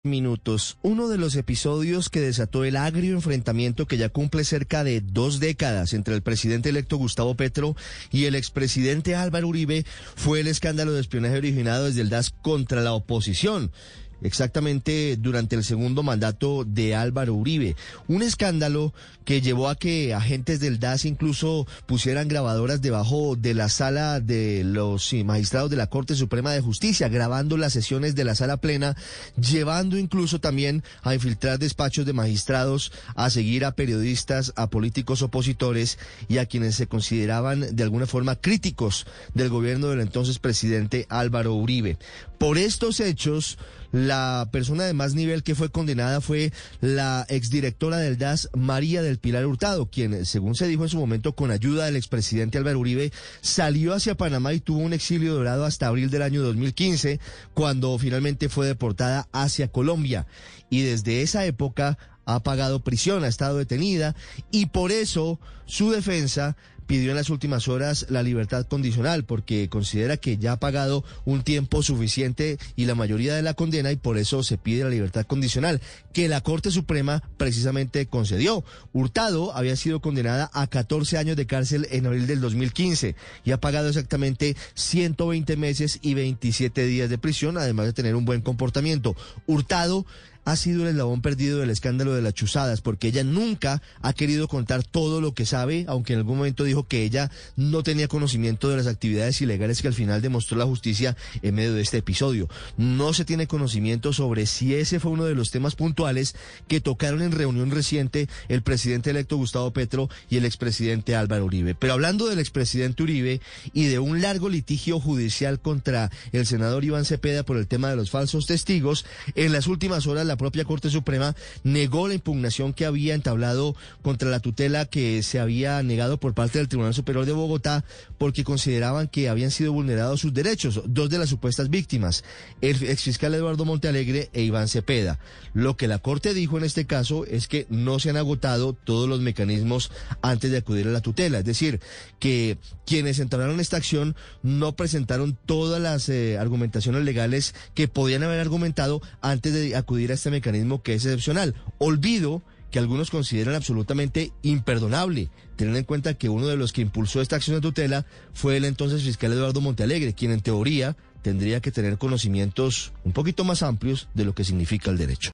Minutos. Uno de los episodios que desató el agrio enfrentamiento que ya cumple cerca de 2 décadas entre el presidente electo Gustavo Petro y el expresidente Álvaro Uribe fue el escándalo de espionaje originado desde el DAS contra la oposición. Exactamente durante el segundo mandato de Álvaro Uribe. Un escándalo que llevó a que agentes del DAS incluso pusieran grabadoras debajo de la sala de los magistrados de la Corte Suprema de Justicia, grabando las sesiones de la sala plena, llevando incluso también a infiltrar despachos de magistrados, a seguir a periodistas, a políticos opositores y a quienes se consideraban de alguna forma críticos del gobierno del entonces presidente Álvaro Uribe. Por estos hechos, la persona de más nivel que fue condenada fue la exdirectora del DAS, María del Pilar Hurtado, quien, según se dijo en su momento, con ayuda del expresidente Álvaro Uribe, salió hacia Panamá y tuvo un exilio dorado hasta abril del año 2015, cuando finalmente fue deportada hacia Colombia. Y desde esa época ha pagado prisión, ha estado detenida, y por eso su defensa pidió en las últimas horas la libertad condicional, porque considera que ya ha pagado un tiempo suficiente y la mayoría de la condena, y por eso se pide la libertad condicional, que la Corte Suprema precisamente concedió. Hurtado había sido condenada a 14 años de cárcel en abril del 2015 y ha pagado exactamente 120 meses y 27 días de prisión, además de tener un buen comportamiento. Hurtado ha sido el eslabón perdido del escándalo de las chuzadas, porque ella nunca ha querido contar todo lo que sabe, aunque en algún momento dijo que ella no tenía conocimiento de las actividades ilegales que al final demostró la justicia en medio de este episodio. No se tiene conocimiento sobre si ese fue uno de los temas puntuales que tocaron en reunión reciente el presidente electo Gustavo Petro y el expresidente Álvaro Uribe. Pero hablando del expresidente Uribe y de un largo litigio judicial contra el senador Iván Cepeda por el tema de los falsos testigos, en las últimas horas la propia Corte Suprema negó la impugnación que había entablado contra la tutela que se había negado por parte del Tribunal Superior de Bogotá, porque consideraban que habían sido vulnerados sus derechos, dos de las supuestas víctimas, el exfiscal Eduardo Montealegre e Iván Cepeda. Lo que la Corte dijo en este caso es que no se han agotado todos los mecanismos antes de acudir a la tutela, es decir, que quienes entraron en esta acción no presentaron todas las argumentaciones legales que podían haber argumentado antes de acudir a este mecanismo que es excepcional. Olvido que algunos consideran absolutamente imperdonable, teniendo en cuenta que uno de los que impulsó esta acción de tutela fue el entonces fiscal Eduardo Montealegre, quien en teoría tendría que tener conocimientos un poquito más amplios de lo que significa el derecho.